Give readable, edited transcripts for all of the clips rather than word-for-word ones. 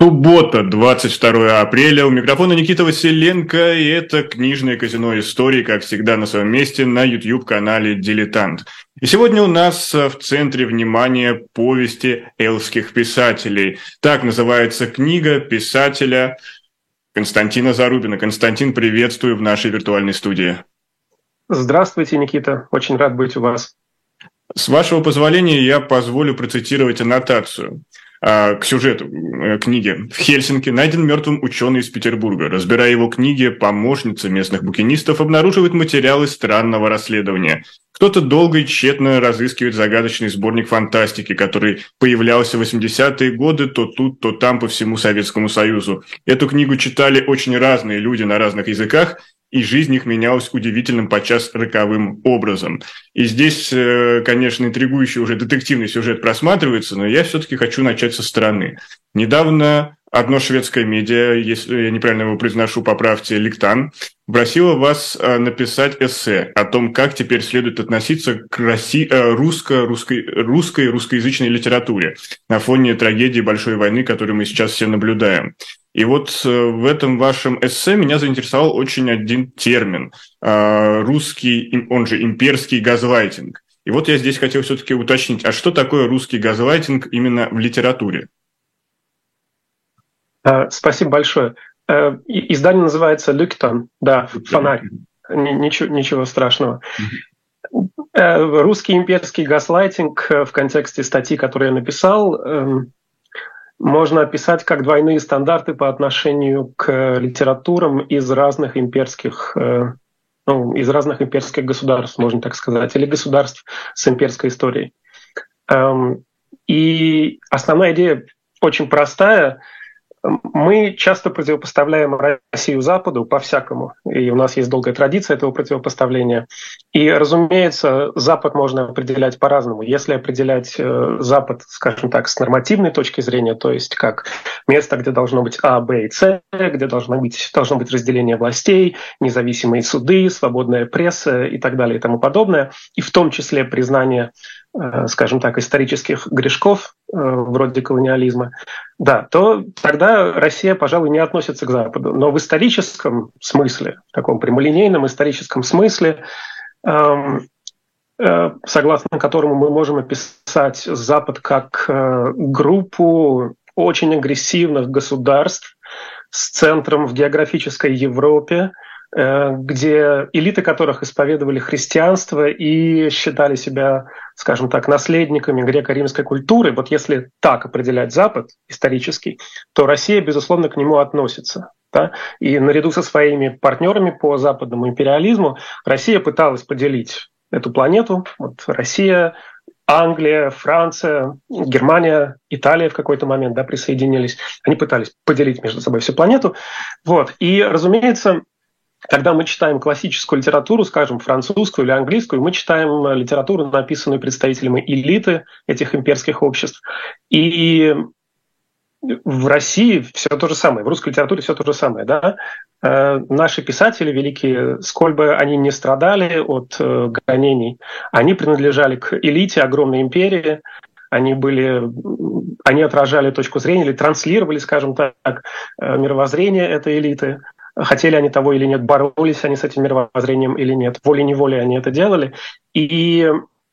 Суббота, 22 апреля. У микрофона Никита Василенко, и это книжное казино истории, как всегда, на своем месте на YouTube-канале «Дилетант». И сегодня у нас в центре внимания повести эльских писателей. Так называется книга писателя Константина Зарубина. Константин, приветствую в нашей виртуальной студии. Здравствуйте, Никита. Очень рад быть у вас. С вашего позволения я позволю процитировать аннотацию к сюжету книги. В Хельсинки найден мертвым ученый из Петербурга. Разбирая его книги, помощница местных букинистов обнаруживает материалы странного расследования. Кто-то долго и тщетно разыскивает загадочный сборник фантастики, который появлялся в 80-е годы то тут, то там по всему Советскому Союзу. Эту книгу читали очень разные люди на разных языках, и жизнь их менялась удивительным, подчас роковым образом. И здесь, конечно, интригующий уже детективный сюжет просматривается, но я все-таки хочу начать со стороны. Недавно одно шведское медиа, если я неправильно его произношу, поправьте, Ликтан, просило вас написать эссе о том, как теперь следует относиться к русскоязычной литературе на фоне трагедии Большой войны, которую мы сейчас все наблюдаем. И вот в этом вашем эссе меня заинтересовал очень один термин – русский, он же имперский газлайтинг. И вот я здесь хотел все-таки уточнить, а что такое русский газлайтинг именно в литературе? Спасибо большое. Издание называется «Ликтан», да, «Фонарь». Ничего страшного. Русский имперский газлайтинг в контексте статьи, которую я написал, можно описать как двойные стандарты по отношению к литературам из разных имперских государств, можно так сказать, или государств с имперской историей. И основная идея очень простая. Мы часто противопоставляем Россию Западу по-всякому, и у нас есть долгая традиция этого противопоставления. И, разумеется, Запад можно определять по-разному. Если определять Запад, скажем так, с нормативной точки зрения, то есть как место, где должно быть А, Б и С, где должно быть разделение властей, независимые суды, свободная пресса и так далее и тому подобное, и в том числе признание, скажем так, исторических грешков вроде колониализма, да, то тогда Россия, пожалуй, не относится к Западу. Но в историческом смысле, в таком прямолинейном историческом смысле, согласно которому мы можем описать Запад как группу очень агрессивных государств с центром в географической Европе, где элиты которых исповедовали христианство и считали себя, скажем так, наследниками греко-римской культуры. Вот если так определять Запад исторический, то Россия, безусловно, к нему относится. Да? И наряду со своими партнерами по западному империализму Россия пыталась поделить эту планету. Вот Россия, Англия, Франция, Германия, Италия в какой-то момент присоединились. Они пытались поделить между собой всю планету. Вот. И, разумеется, когда мы читаем классическую литературу, скажем, французскую или английскую, мы читаем литературу, написанную представителями элиты этих имперских обществ. И в России все то же самое, в русской литературе все то же самое. Да? Наши писатели великие, сколь бы они ни страдали от гонений, они принадлежали к элите огромной империи, они отражали точку зрения или транслировали, скажем так, мировоззрение этой элиты. Хотели они того или нет, боролись они с этим мировоззрением или нет, волей-неволей они это делали. И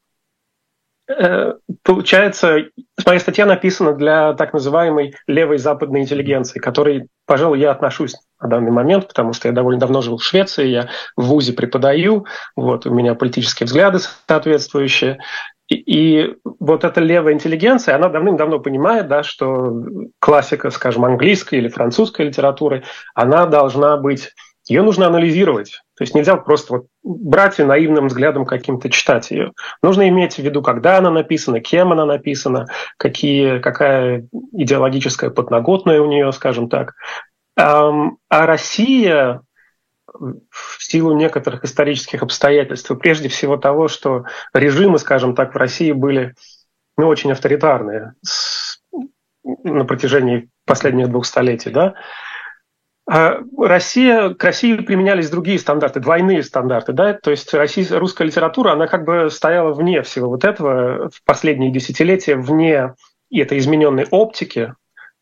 получается, моя статья написана для так называемой левой западной интеллигенции, к которой, пожалуй, я отношусь на данный момент, потому что я довольно давно жил в Швеции, я в ВУЗе преподаю, вот, у меня политические взгляды соответствующие. И вот эта левая интеллигенция, она давным-давно понимает, да, что классика, скажем, английской или французской литературы, она должна быть, ее нужно анализировать. То есть нельзя просто брать и наивным взглядом каким-то читать ее. Нужно иметь в виду, когда она написана, кем она написана, какая идеологическая подноготная у нее, скажем так. А Россия в силу некоторых исторических обстоятельств, прежде всего того, что режимы, скажем так, в России были очень авторитарные на протяжении последних 2 столетий. Да? К России применялись другие стандарты, двойные стандарты. Да? То есть русская литература, она как бы стояла вне всего вот этого в последние десятилетия, вне этой измененной оптики,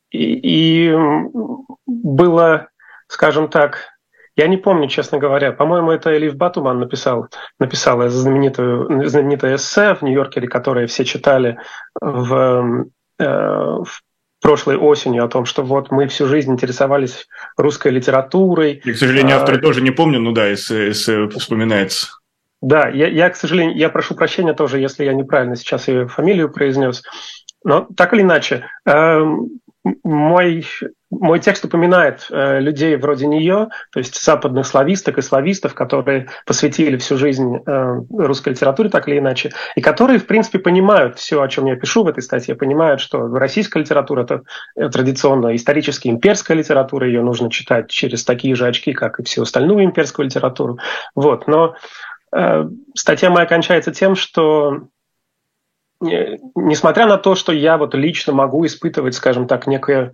и было, скажем так, я не помню, честно говоря, по-моему, это Элиф Батуман написала знаменитое эссе в Нью-Йоркере, которое все читали в прошлой осенью, о том, что вот мы всю жизнь интересовались русской литературой. И, к сожалению, автора тоже не помню, ну да, эссе вспоминается. Да, я, к сожалению, я прошу прощения тоже, если я неправильно сейчас ее фамилию произнес. Но так или иначе, мой текст упоминает людей вроде нее, то есть западных слависток и славистов, которые посвятили всю жизнь русской литературе так или иначе, и которые, в принципе, понимают все, о чем я пишу в этой статье, понимают, что российская литература – это традиционно исторически имперская литература, ее нужно читать через такие же очки, как и всю остальную имперскую литературу. Вот. Но статья моя кончается тем, что несмотря на то, что я вот лично могу испытывать, скажем так, некую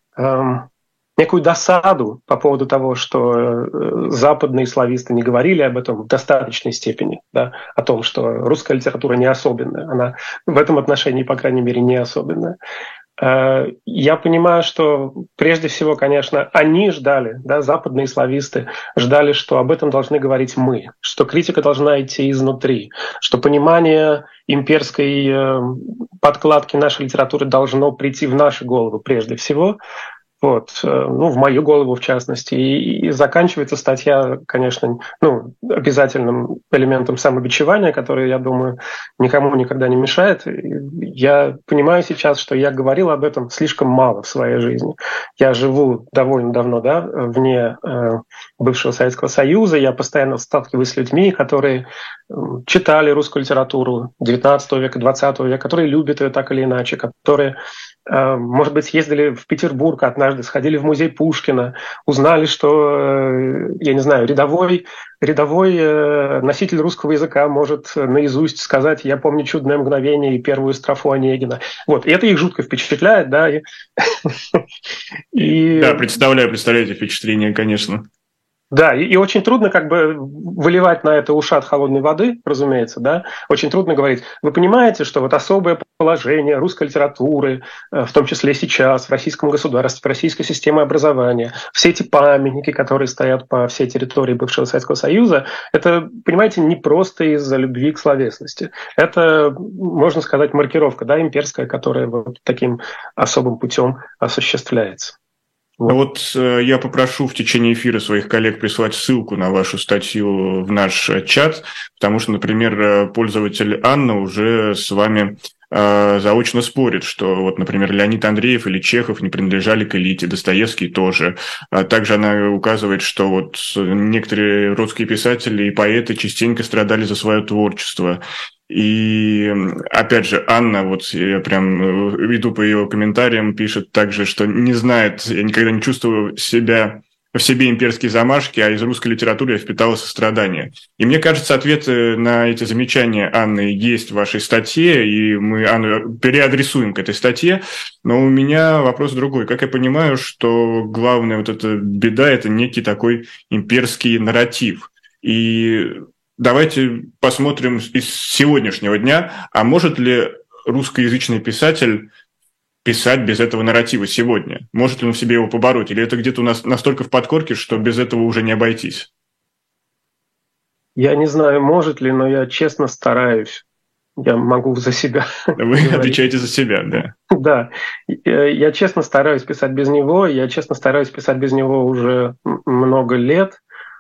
досаду по поводу того, что западные слависты не говорили об этом в достаточной степени, да, о том, что русская литература не особенная, она в этом отношении, по крайней мере, не особенная. Я понимаю, что прежде всего, конечно, они ждали, да, западные слависты ждали, что об этом должны говорить мы, что критика должна идти изнутри, что понимание имперской подкладки нашей литературы должно прийти в наши головы прежде всего. Вот, ну, в мою голову, в частности. И заканчивается статья, конечно, обязательным элементом самобичевания, который, я думаю, никому никогда не мешает. Я понимаю сейчас, что я говорил об этом слишком мало в своей жизни. Я живу довольно давно, да, вне бывшего Советского Союза. Я постоянно сталкиваюсь с людьми, которые читали русскую литературу XIX века, XX века, которые любят ее так или иначе, которые, может быть, съездили в Петербург однажды, сходили в музей Пушкина, узнали, что, я не знаю, рядовой носитель русского языка может наизусть сказать «Я помню чудное мгновение» и первую строфу Онегина. Вот, и это их жутко впечатляет, да. Да, представляю эти впечатления, конечно. Да, и очень трудно как бы выливать на это ушат холодной воды, разумеется, да. Очень трудно говорить. Вы понимаете, что вот особое положение русской литературы, в том числе сейчас, в российском государстве, в российской системе образования, все эти памятники, которые стоят по всей территории бывшего Советского Союза, это, понимаете, не просто из-за любви к словесности. Это, можно сказать, маркировка, да, имперская, которая вот таким особым путем осуществляется. Вот я попрошу в течение эфира своих коллег прислать ссылку на вашу статью в наш чат, потому что, например, пользователь Анна уже с вами заочно спорит, что вот, например, Леонид Андреев или Чехов не принадлежали к элите, Достоевский тоже. Также она указывает, что вот некоторые русские писатели и поэты частенько страдали за свое творчество. И, опять же, Анна, вот я прям иду по ее комментариям, пишет также, что не знает, я никогда не чувствовал в себе имперские замашки, а из русской литературы я впитала сострадание. И мне кажется, ответы на эти замечания Анны есть в вашей статье, и мы Анну переадресуем к этой статье. Но у меня вопрос другой. Как я понимаю, что главная вот эта беда – это некий такой имперский нарратив. И давайте посмотрим из сегодняшнего дня, а может ли русскоязычный писатель писать без этого нарратива сегодня? Может ли он в себе его побороть? Или это где-то у нас настолько в подкорке, что без этого уже не обойтись? Я не знаю, может ли, но я честно стараюсь. Я могу за себя. Вы отвечаете за себя, да? Да. Я честно стараюсь писать без него. Я честно стараюсь писать без него уже много лет.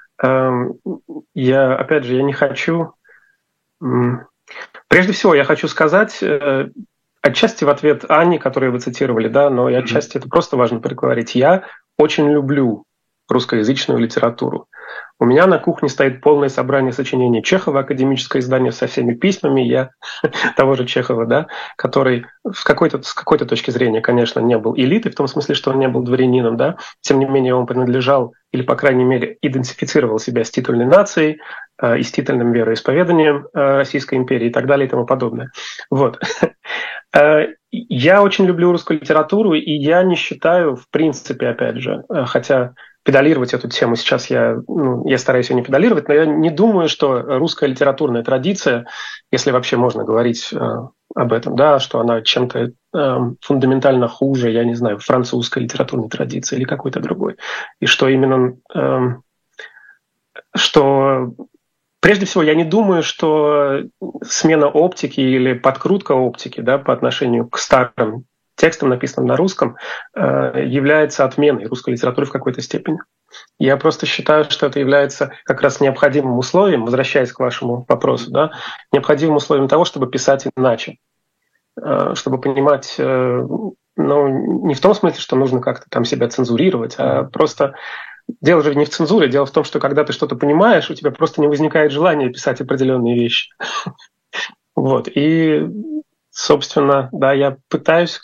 Я, опять же, я не хочу... Прежде всего, я хочу сказать, отчасти в ответ Анне, которую вы цитировали, да, но и отчасти это просто важно проговорить. Я очень люблю русскоязычную литературу. У меня на кухне стоит полное собрание сочинений Чехова, академическое издание со всеми письмами, того же Чехова, да, который с какой-то точки зрения, конечно, не был элитой, в том смысле, что он не был дворянином, да, тем не менее он принадлежал, или, по крайней мере, идентифицировал себя с титульной нацией и с титульным вероисповеданием Российской империи и так далее и тому подобное. Вот. Я очень люблю русскую литературу, и я не считаю, в принципе, опять же, хотя педалировать эту тему сейчас я стараюсь ее не педалировать, но я не думаю, что русская литературная традиция, если вообще можно говорить об этом, да, что она чем-то фундаментально хуже, я не знаю, французской литературной традиции или какой-то другой. И что именно... что прежде всего, я не думаю, что смена оптики или подкрутка оптики, да, по отношению к старым текстам, написанным на русском, является отменой русской литературы в какой-то степени. Я просто считаю, что это является как раз необходимым условием, возвращаясь к вашему вопросу, да, необходимым условием того, чтобы писать иначе, чтобы понимать, не в том смысле, что нужно как-то там себя цензурировать, а просто дело же не в цензуре, дело в том, что когда ты что-то понимаешь, у тебя просто не возникает желания писать определенные вещи. Вот. И, собственно, да, я пытаюсь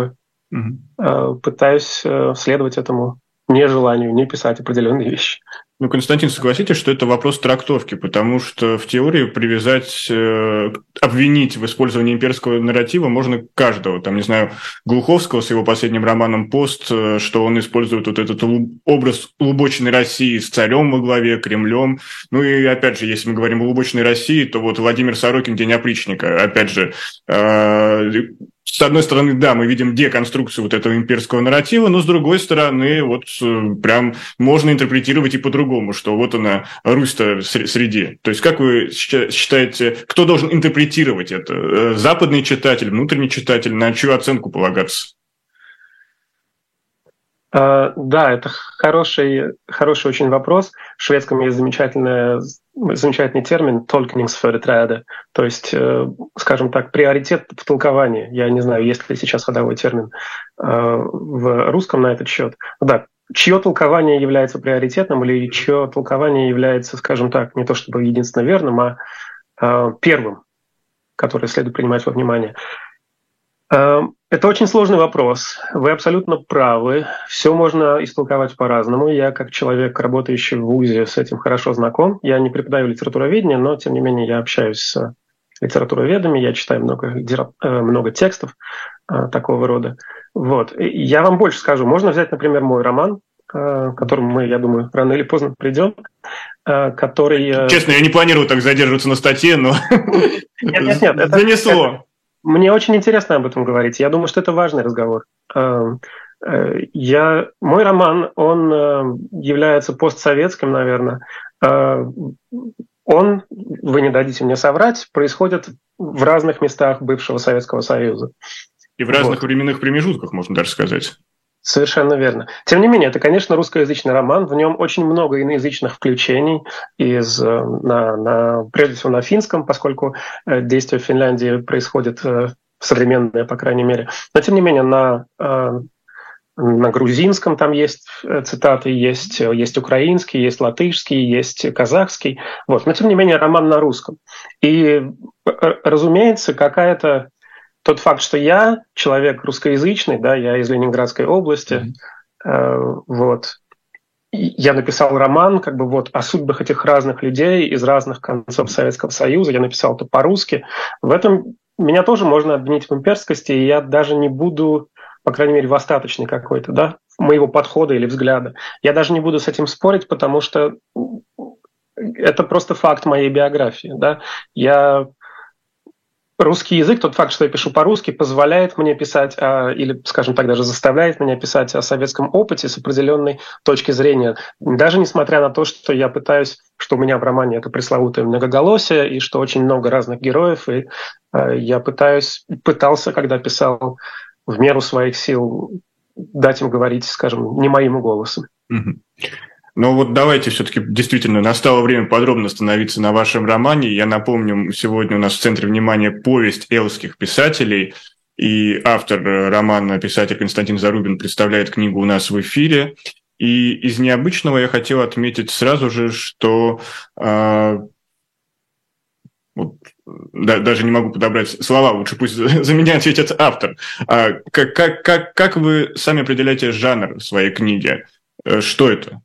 пытаюсь следовать этому нежеланию не писать определенные вещи. Ну, Константин, согласитесь, что это вопрос трактовки, потому что в теории привязать, обвинить в использовании имперского нарратива можно каждого. Там, не знаю, Глуховского с его последним романом «Пост», что он использует вот этот образ улубоченной России с царем во главе, Кремлем. Ну и, опять же, если мы говорим о улубоченной России, то вот Владимир Сорокин «День опричника». Опять же, с одной стороны, да, мы видим деконструкцию вот этого имперского нарратива, но с другой стороны, вот прям можно интерпретировать и по-другому, что вот она, Русь-то среди. То есть как вы считаете, кто должен интерпретировать это? Западный читатель, внутренний читатель, на чью оценку полагаться? Да, это хороший очень вопрос. В шведском есть замечательный термин «tolkningsföreträde», то есть, скажем так, приоритет в толковании. Я не знаю, есть ли сейчас ходовой термин в русском на этот счет. Да, чье толкование является приоритетным или чье толкование является, скажем так, не то чтобы единственно верным, а первым, который следует принимать во внимание. Это очень сложный вопрос. Вы абсолютно правы. Все можно истолковать по-разному. Я, как человек, работающий в ВУЗе, с этим хорошо знаком. Я не преподаю литературоведение, но, тем не менее, я общаюсь с литературоведами, я читаю много текстов такого рода. Вот. Я вам больше скажу. Можно взять, например, мой роман, к которому мы, я думаю, рано или поздно придем, который... Честно, я не планирую так задерживаться на статье, но Нет, занесло. Мне очень интересно об этом говорить. Я думаю, что это важный разговор. Мой роман, он является постсоветским, наверное. Он, вы не дадите мне соврать, происходит в разных местах бывшего Советского Союза. И в разных временных промежутках, можно даже сказать. Совершенно верно. Тем не менее, это, конечно, русскоязычный роман. В нем очень много иноязычных включений, прежде всего на финском, поскольку действие в Финляндии происходит современное, по крайней мере. Но, тем не менее, на грузинском там есть цитаты, есть украинский, есть латышский, есть казахский. Вот. Но, тем не менее, роман на русском. И, разумеется, тот факт, что я человек русскоязычный, да, я из Ленинградской области, вот, я написал роман о судьбах этих разных людей из разных концов Советского Союза, я написал это по-русски. В этом меня тоже можно обвинить в имперскости, и я даже не буду, по крайней мере, в остаточной какой-то, да, моего подхода или взгляда. Я даже не буду с этим спорить, потому что это просто факт моей биографии, да. Русский язык, тот факт, что я пишу по-русски, позволяет мне писать, или, скажем так, даже заставляет меня писать о советском опыте с определенной точки зрения. Даже несмотря на то, что я пытаюсь, что у меня в романе это пресловутое многоголосие, и что очень много разных героев, и я пытался, когда писал, в меру своих сил дать им говорить, скажем, не моим голосом. Ну вот давайте все-таки действительно настало время подробно остановиться на вашем романе. Я напомню, сегодня у нас в центре внимания повесть элских писателей, и автор романа, писатель Константин Зарубин, представляет книгу у нас в эфире. И из необычного я хотел отметить сразу же, что даже не могу подобрать слова, лучше пусть за меня ответит автор. Как вы сами определяете жанр своей книги? Что это?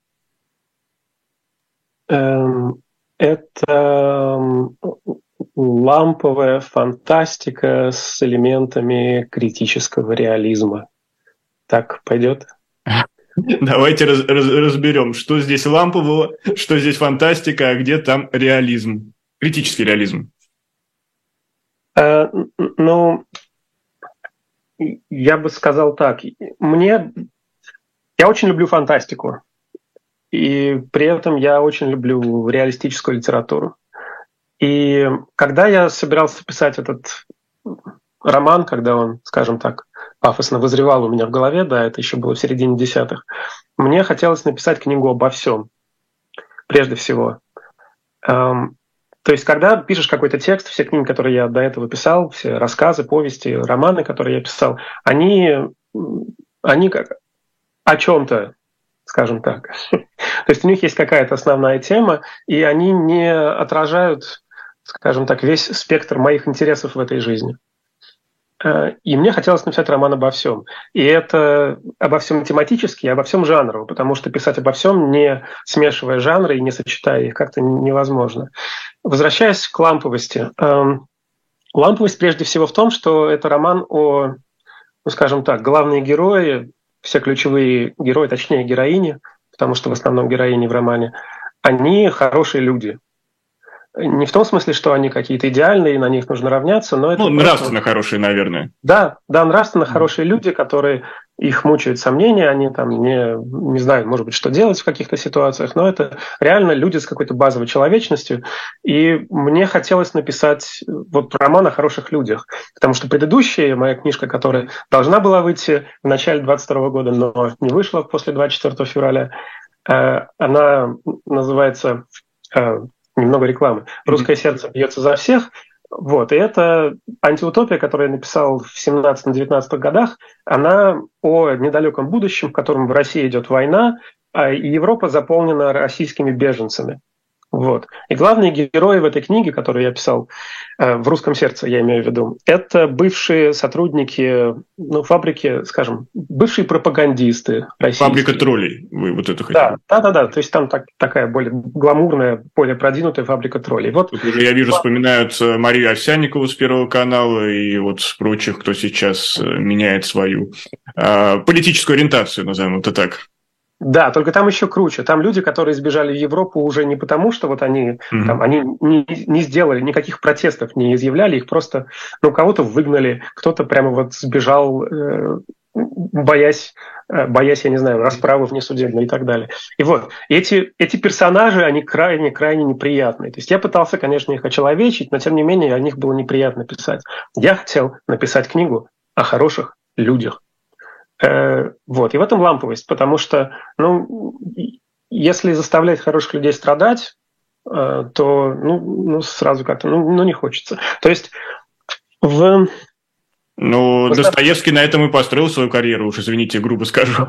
Это ламповая фантастика с элементами критического реализма. Так пойдет? Давайте разберем, что здесь лампового, что здесь фантастика, а где там реализм, критический реализм. Ну, я бы сказал так. Я очень люблю фантастику, и при этом я очень люблю реалистическую литературу. И когда я собирался писать этот роман, когда он, скажем так, пафосно вызревал у меня в голове, да, это еще было в середине десятых, мне хотелось написать книгу обо всем, прежде всего. То есть, когда пишешь какой-то текст, все книги, которые я до этого писал, все рассказы, повести, романы, которые я писал, они как о чем-то, скажем так. То есть у них есть какая-то основная тема, и они не отражают, скажем так, весь спектр моих интересов в этой жизни. И мне хотелось написать роман обо всем. И это обо всем тематически, обо всем жанрово, потому что писать обо всем, не смешивая жанры и не сочетая их, как-то невозможно. Возвращаясь к ламповости. Ламповость прежде всего в том, что это роман о, скажем так, главные герои, все ключевые герои, точнее героини, потому что в основном героини в романе, они хорошие люди. Не в том смысле, что они какие-то идеальные, и на них нужно равняться, но это... нравственно хорошие, наверное. Да, нравственно хорошие люди, которые их мучают сомнения, они там не знают, может быть, что делать в каких-то ситуациях, но это реально люди с какой-то базовой человечностью. И мне хотелось написать вот роман о хороших людях, потому что предыдущая моя книжка, которая должна была выйти в начале 22 года, но не вышла после 24 февраля, она называется... Немного рекламы. «Русское сердце бьется за всех». Вот. И это антиутопия, которую я написал в 17-19 годах. Она о недалеком будущем, в котором в России идет война, и Европа заполнена российскими беженцами. Вот. И главные герои в этой книге, которую я писал в «Русском сердце», я имею в виду, это бывшие сотрудники фабрики, скажем, бывшие пропагандисты российские. Фабрика троллей, вы вот это хотели. Да. То есть там такая более гламурная, более продвинутая фабрика троллей. Вот. Тут уже, я вижу, вспоминают Марию Овсянникову с Первого канала и вот прочих, кто сейчас меняет свою политическую ориентацию, назовем это так. Да, только там еще круче. Там люди, которые сбежали в Европу уже не потому, что вот они, они не сделали, никаких протестов не изъявляли, их просто, кого-то выгнали, кто-то прямо вот сбежал, боясь, я не знаю, расправы внесудебной и так далее. И вот, эти персонажи, они крайне неприятные. То есть я пытался, конечно, их очеловечить, но тем не менее о них было неприятно писать. Я хотел написать книгу о хороших людях. Вот. И в этом ламповость, потому что, если заставлять хороших людей страдать, то, сразу как-то, не хочется. То есть Достоевский на этом и построил свою карьеру, уж извините, грубо скажу.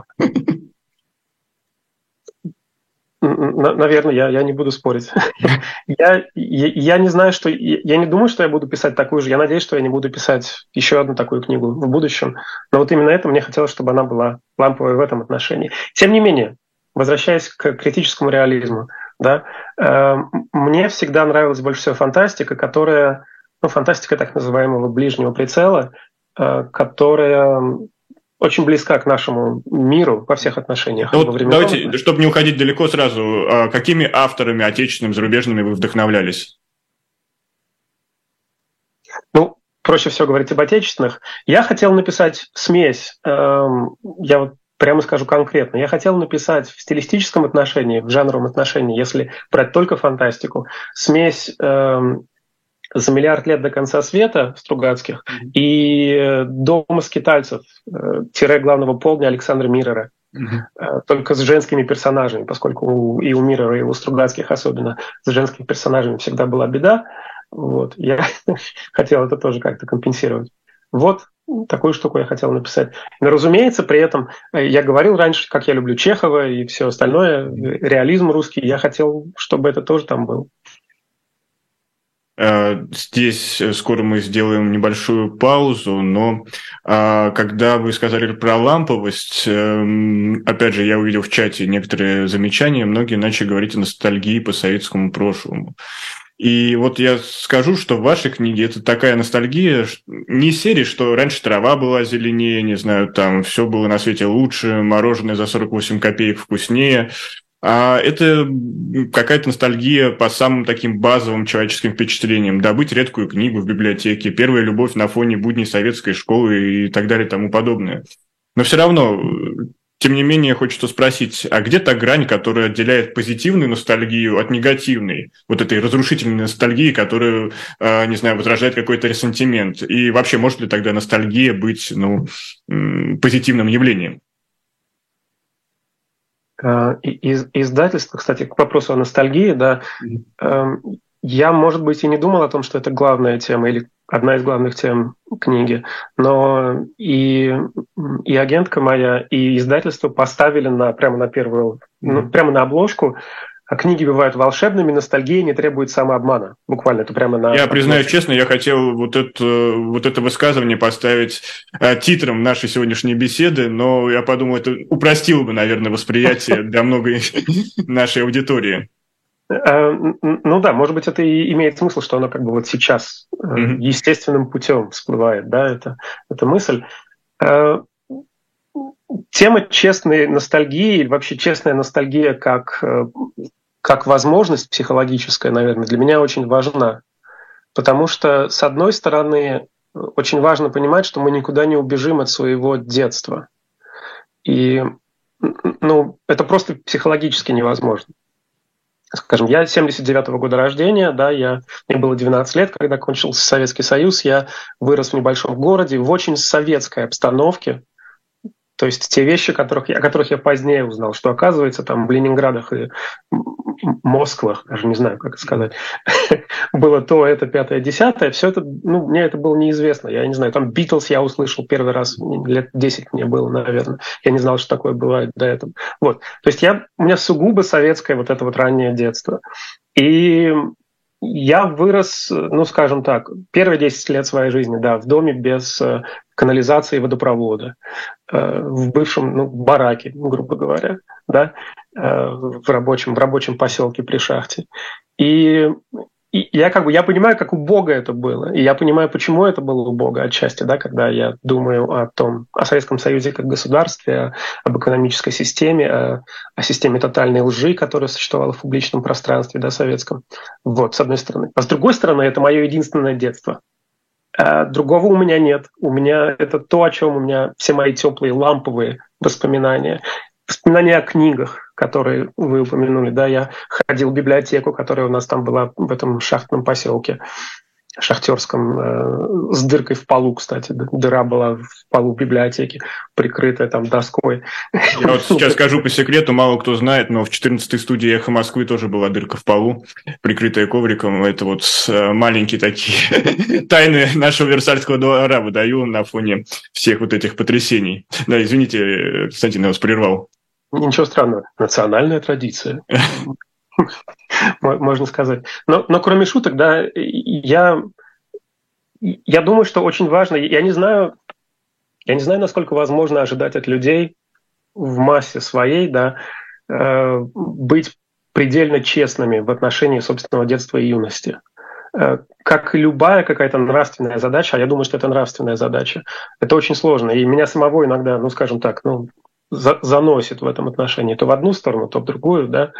Наверное, я не буду спорить. Я не знаю, я не думаю, что я буду писать такую же. Я надеюсь, что я не буду писать еще одну такую книгу в будущем. Но вот именно это мне хотелось, чтобы она была ламповой в этом отношении. Тем не менее, возвращаясь к критическому реализму, да, мне всегда нравилась больше всего фантастика, которая, фантастика так называемого ближнего прицела, которая очень близка к нашему миру во всех отношениях. Давайте, чтобы не уходить далеко сразу, какими авторами отечественными, зарубежными вы вдохновлялись? Проще всего говорить об отечественных. Я хотел написать смесь, я вот прямо скажу конкретно, я хотел написать в стилистическом отношении, в жанровом отношении, если брать только фантастику, смесь «За миллиард лет до конца света» Стругацких и «Дома скитальцев» главного полдня Александра Мирера. Только с женскими персонажами, поскольку и у Мирера, и у Стругацких особенно с женскими персонажами всегда была беда. Вот. Я хотел это тоже как-то компенсировать. Вот такую штуку я хотел написать. Но, разумеется, при этом я говорил раньше, как я люблю Чехова и все остальное, реализм русский. Я хотел, чтобы это тоже там было. Здесь скоро мы сделаем небольшую паузу, но когда вы сказали про ламповость, опять же, я увидел в чате некоторые замечания, многие начали говорить о ностальгии по советскому прошлому. И вот я скажу, что в вашей книге это такая ностальгия, не из серии, что раньше трава была зеленее, не знаю, там все было на свете лучше, мороженое за 48 копеек вкуснее, а это какая-то ностальгия по самым таким базовым человеческим впечатлениям. Добыть редкую книгу в библиотеке, первая любовь на фоне будней советской школы и так далее и тому подобное. Но все равно, тем не менее, хочется спросить, а где та грань, которая отделяет позитивную ностальгию от негативной, вот этой разрушительной ностальгии, которая, не знаю, возрождает какой-то ресентимент? И вообще, может ли тогда ностальгия быть, позитивным явлением? Издательство, кстати, к вопросу о ностальгии, да, я, может быть, и не думал о том, что это главная тема или одна из главных тем книги, но и агентка моя, и издательство поставили прямо на первую, прямо на обложку. Книги бывают волшебными, ностальгия не требует самообмана. Буквально это прямо на... Я признаюсь честно, я хотел вот это высказывание поставить титром нашей сегодняшней беседы, но я подумал, это упростило бы, наверное, восприятие для многой нашей аудитории. Ну да, может быть, это и имеет смысл, что оно как бы вот сейчас естественным путем всплывает, да, это мысль. Тема честной ностальгии, вообще честная ностальгия как возможность психологическая, наверное, для меня очень важна. Потому что, с одной стороны, очень важно понимать, что мы никуда не убежим от своего детства. И это просто психологически невозможно. Скажем, я 79-го года рождения, да, мне было 12 лет, когда кончился Советский Союз, я вырос в небольшом городе, в очень советской обстановке. То есть те вещи, о которых я позднее узнал, что, оказывается, там в Ленинградах и Москвах, даже не знаю, как это сказать, было то, это, пятое, десятое, все это, мне это было неизвестно. Я не знаю, там Битлз я услышал первый раз, лет 10 мне было, наверное. Я не знал, что такое бывает до этого. Вот. То есть у меня сугубо советское вот это вот раннее детство. И я вырос, скажем так, первые 10 лет своей жизни, да, в доме без канализации и водопровода, в бывшем бараке, грубо говоря, да, в рабочем поселке при шахте. И я понимаю, как убого это было. И я понимаю, почему это было убого отчасти, да, когда я думаю о Советском Союзе как государстве, об экономической системе, о системе тотальной лжи, которая существовала в публичном пространстве, да, советском. Вот, с одной стороны. А с другой стороны, это мое единственное детство. Другого у меня нет. У меня это то, о чем у меня все мои теплые ламповые воспоминания. Воспоминания о книгах, которые вы упомянули. Да, я ходил в библиотеку, которая у нас там была в этом шахтном поселке, шахтерском, с дыркой в полу, кстати. Дыра была в полу библиотеки, прикрытая там доской. Я вот сейчас скажу по секрету, мало кто знает, но в 14-й студии «Эхо Москвы» тоже была дырка в полу, прикрытая ковриком. Это вот маленькие такие тайны нашего Версальского двора выдаю на фоне всех вот этих потрясений. Да, извините, Константин, я вас прервал. Ничего странного. Национальная традиция. Можно сказать. Но кроме шуток, да, я думаю, что очень важно, я не знаю, насколько возможно ожидать от людей в массе своей, да, быть предельно честными в отношении собственного детства и юности. Как и любая какая-то нравственная задача, а я думаю, что это нравственная задача, это очень сложно. И меня самого иногда, скажем так, заносит в этом отношении то в одну сторону, то в другую, да.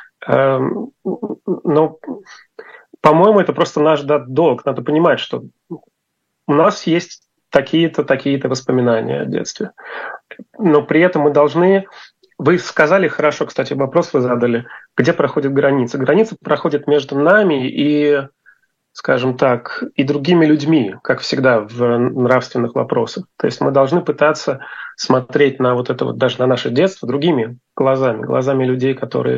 Но, по-моему, это просто наш долг. Надо понимать, что у нас есть такие-то воспоминания о детстве. Но при этом мы должны... Вы сказали хорошо, кстати, вопрос вы задали, где проходит граница. Граница проходит между нами и, скажем так, и другими людьми, как всегда в нравственных вопросах. То есть мы должны пытаться смотреть на вот это вот, даже на наше детство другими глазами людей,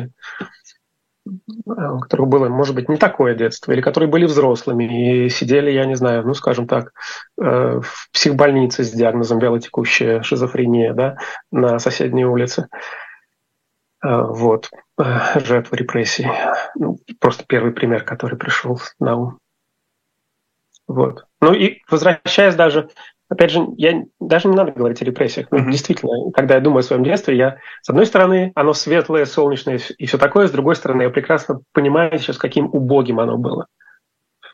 у которых было, может быть, не такое детство, или которые были взрослыми и сидели, я не знаю, скажем так, в психбольнице с диагнозом вялотекущая шизофрения, да, на соседней улице. Вот, жертва репрессий. Просто первый пример, который пришел на ум. Вот. И возвращаясь даже, опять же, даже не надо говорить о репрессиях. Действительно, когда я думаю о своем детстве, с одной стороны, оно светлое, солнечное и все такое, с другой стороны, я прекрасно понимаю сейчас, каким убогим оно было.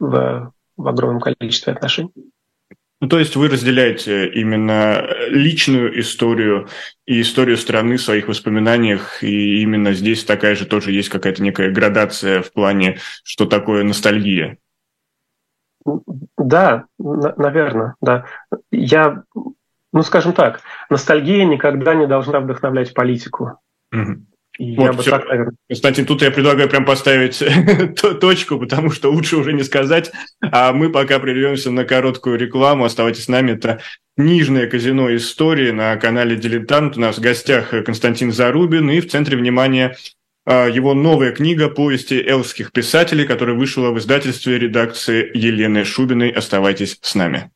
в огромном количестве отношений. Ну, то есть вы разделяете именно личную историю и историю страны в своих воспоминаниях, и именно здесь такая же тоже есть какая-то некая градация в плане, что такое ностальгия. Да, наверное, да. Скажем так, ностальгия никогда не должна вдохновлять политику. Угу. Я бы так, наверное. Кстати, тут я предлагаю прям поставить точку, потому что лучше уже не сказать. А мы пока прервемся на короткую рекламу. Оставайтесь с нами. Это книжное казино истории на канале «Дилетант». У нас в гостях Константин Зарубин, и в центре внимания его новая книга «Повести эльских писателей», которая вышла в издательстве редакции Елены Шубиной. Оставайтесь с нами.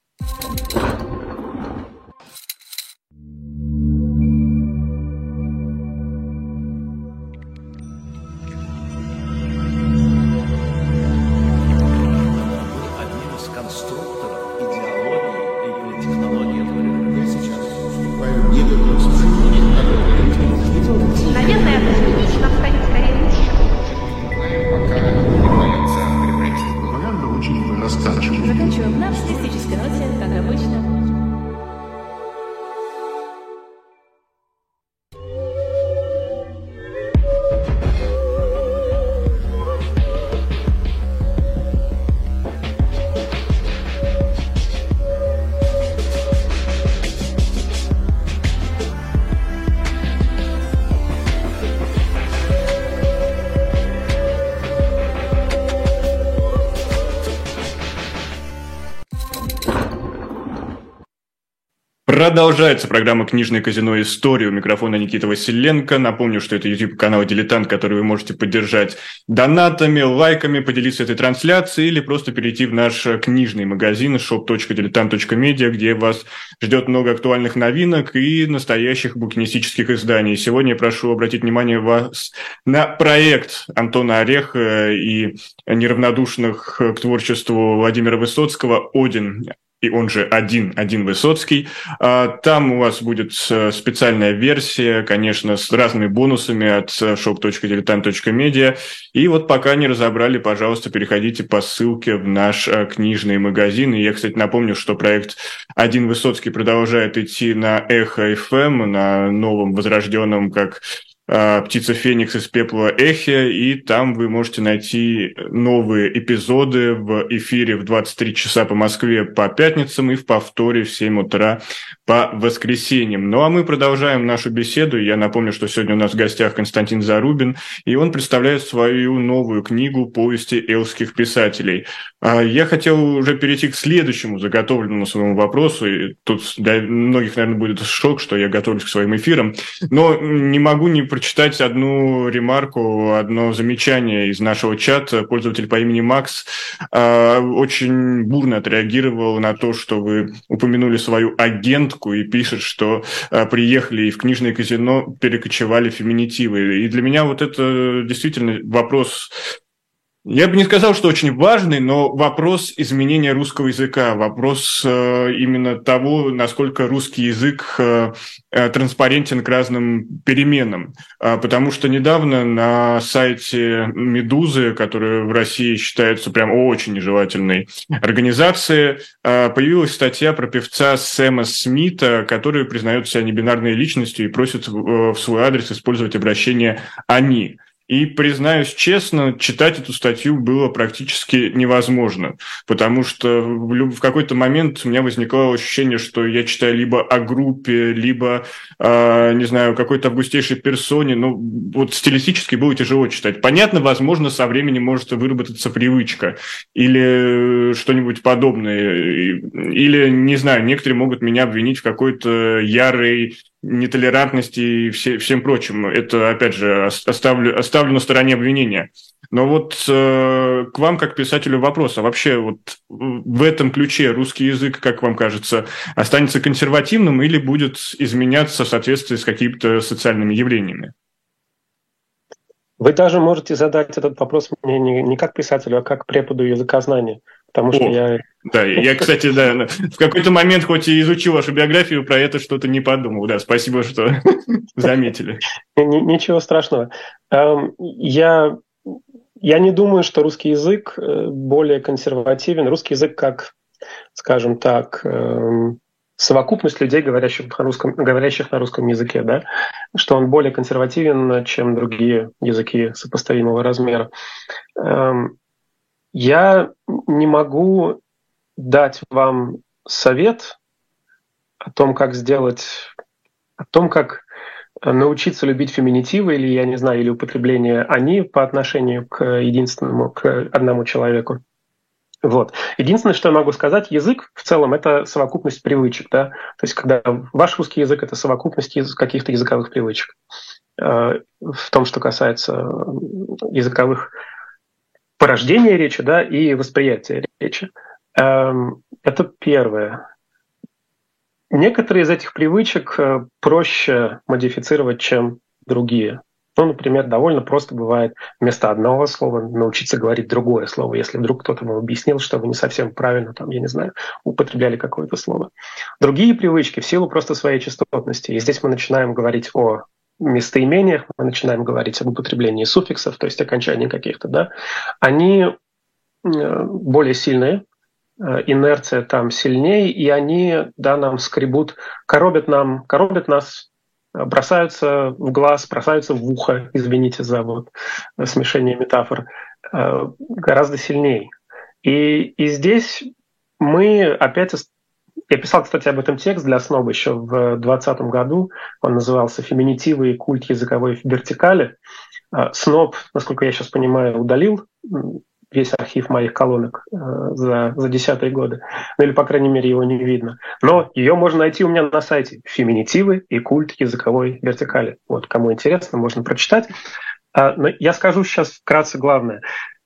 Заканчиваем на статистической ноте, как обычно. Продолжается программа «Книжное казино. История». У микрофона Никита Василенко. Напомню, что это YouTube-канал «Дилетант», который вы можете поддержать донатами, лайками, поделиться этой трансляцией или просто перейти в наш книжный магазин shop.diletant.media, где вас ждет много актуальных новинок и настоящих букинистических изданий. Сегодня я прошу обратить внимание вас на проект Антона Орехова и неравнодушных к творчеству Владимира Высоцкого «Один», и он же один Высоцкий. Там у вас будет специальная версия, конечно, с разными бонусами от shop.diletant.media. И вот пока не разобрали, пожалуйста, переходите по ссылке в наш книжный магазин. И я, кстати, напомню, что проект «Один Высоцкий» продолжает идти на Эхо FM, на новом, возрожденном, как «Птица Феникс из пепла» эхе, и там вы можете найти новые эпизоды в эфире в 23 часа по Москве по пятницам и в повторе в 7 утра по воскресеньям. Ну а мы продолжаем нашу беседу. Я напомню, что сегодня у нас в гостях Константин Зарубин, и он представляет свою новую книгу «Повести эльских писателей». Я хотел уже перейти к следующему заготовленному своему вопросу, и тут для многих, наверное, будет шок, что я готовлюсь к своим эфирам, но не могу не прочитать одну ремарку, одно замечание из нашего чата. Пользователь по имени Макс очень бурно отреагировал на то, что вы упомянули свою агентку, и пишет, что приехали и в книжное казино перекочевали феминитивы. И для меня вот это действительно вопрос... Я бы не сказал, что очень важный, но вопрос изменения русского языка, вопрос именно того, насколько русский язык транспарентен к разным переменам. Потому что недавно на сайте «Медузы», которая в России считается прям очень нежелательной организацией, появилась статья про певца Сэма Смита, который признает себя небинарной личностью и просит в свой адрес использовать обращение «они». И, признаюсь честно, читать эту статью было практически невозможно, потому что в какой-то момент у меня возникало ощущение, что я читаю либо о группе, либо, не знаю, какой-то августейшей персоне. Ну, вот стилистически было тяжело читать. Понятно, возможно, со временем может выработаться привычка или что-нибудь подобное. Или, не знаю, некоторые могут меня обвинить в какой-то ярой нетолерантности и всем прочим. Это, опять же, оставлю на стороне обвинения. Но вот к вам, как писателю, вопрос. А вообще вот в этом ключе русский язык, как вам кажется, останется консервативным или будет изменяться в соответствии с какими-то социальными явлениями? Вы даже можете задать этот вопрос мне не как писателю, а как преподу языкознания. Потому что я, кстати, в какой-то момент, хоть и изучил вашу биографию, про это что-то не подумал. Да, спасибо, что заметили. Ничего страшного. Я Я не думаю, что русский язык более консервативен. Русский язык как, скажем так, совокупность людей, говорящих на русском языке, да, что он более консервативен, чем другие языки сопоставимого размера. Я не могу дать вам совет о том, как научиться любить феминитивы или, я не знаю, или употребление «они» по отношению к одному человеку. Вот. Единственное, что я могу сказать, язык в целом — это совокупность привычек. Да? То есть когда ваш русский язык — это совокупность каких-то языковых привычек. В том, что касается языковых порождения речи, да, и восприятия речи. Это первое. Некоторые из этих привычек проще модифицировать, чем другие. Ну, например, довольно просто бывает вместо одного слова научиться говорить другое слово, если вдруг кто-то вам объяснил, что вы не совсем правильно, там, я не знаю, употребляли какое-то слово. Другие привычки в силу просто своей частотности. И здесь мы начинаем говорить о местоимениях, мы начинаем говорить об употреблении суффиксов, то есть окончаний каких-то, да, они более сильные, инерция там сильнее, и они, да, нам скребут, коробят нас, бросаются в глаз, бросаются в ухо, извините за вот смешение метафор, гораздо сильнее. И здесь мы опять... Я писал, кстати, об этом текст для СНОБ еще в 2020 году. Он назывался «Феминитивы и культ языковой вертикали». СНОБ, насколько я сейчас понимаю, удалил весь архив моих колонок за десятые годы. Ну или, по крайней мере, его не видно. Но ее можно найти у меня на сайте «Феминитивы и культ языковой вертикали». Вот, кому интересно, можно прочитать. Но я скажу сейчас вкратце главное.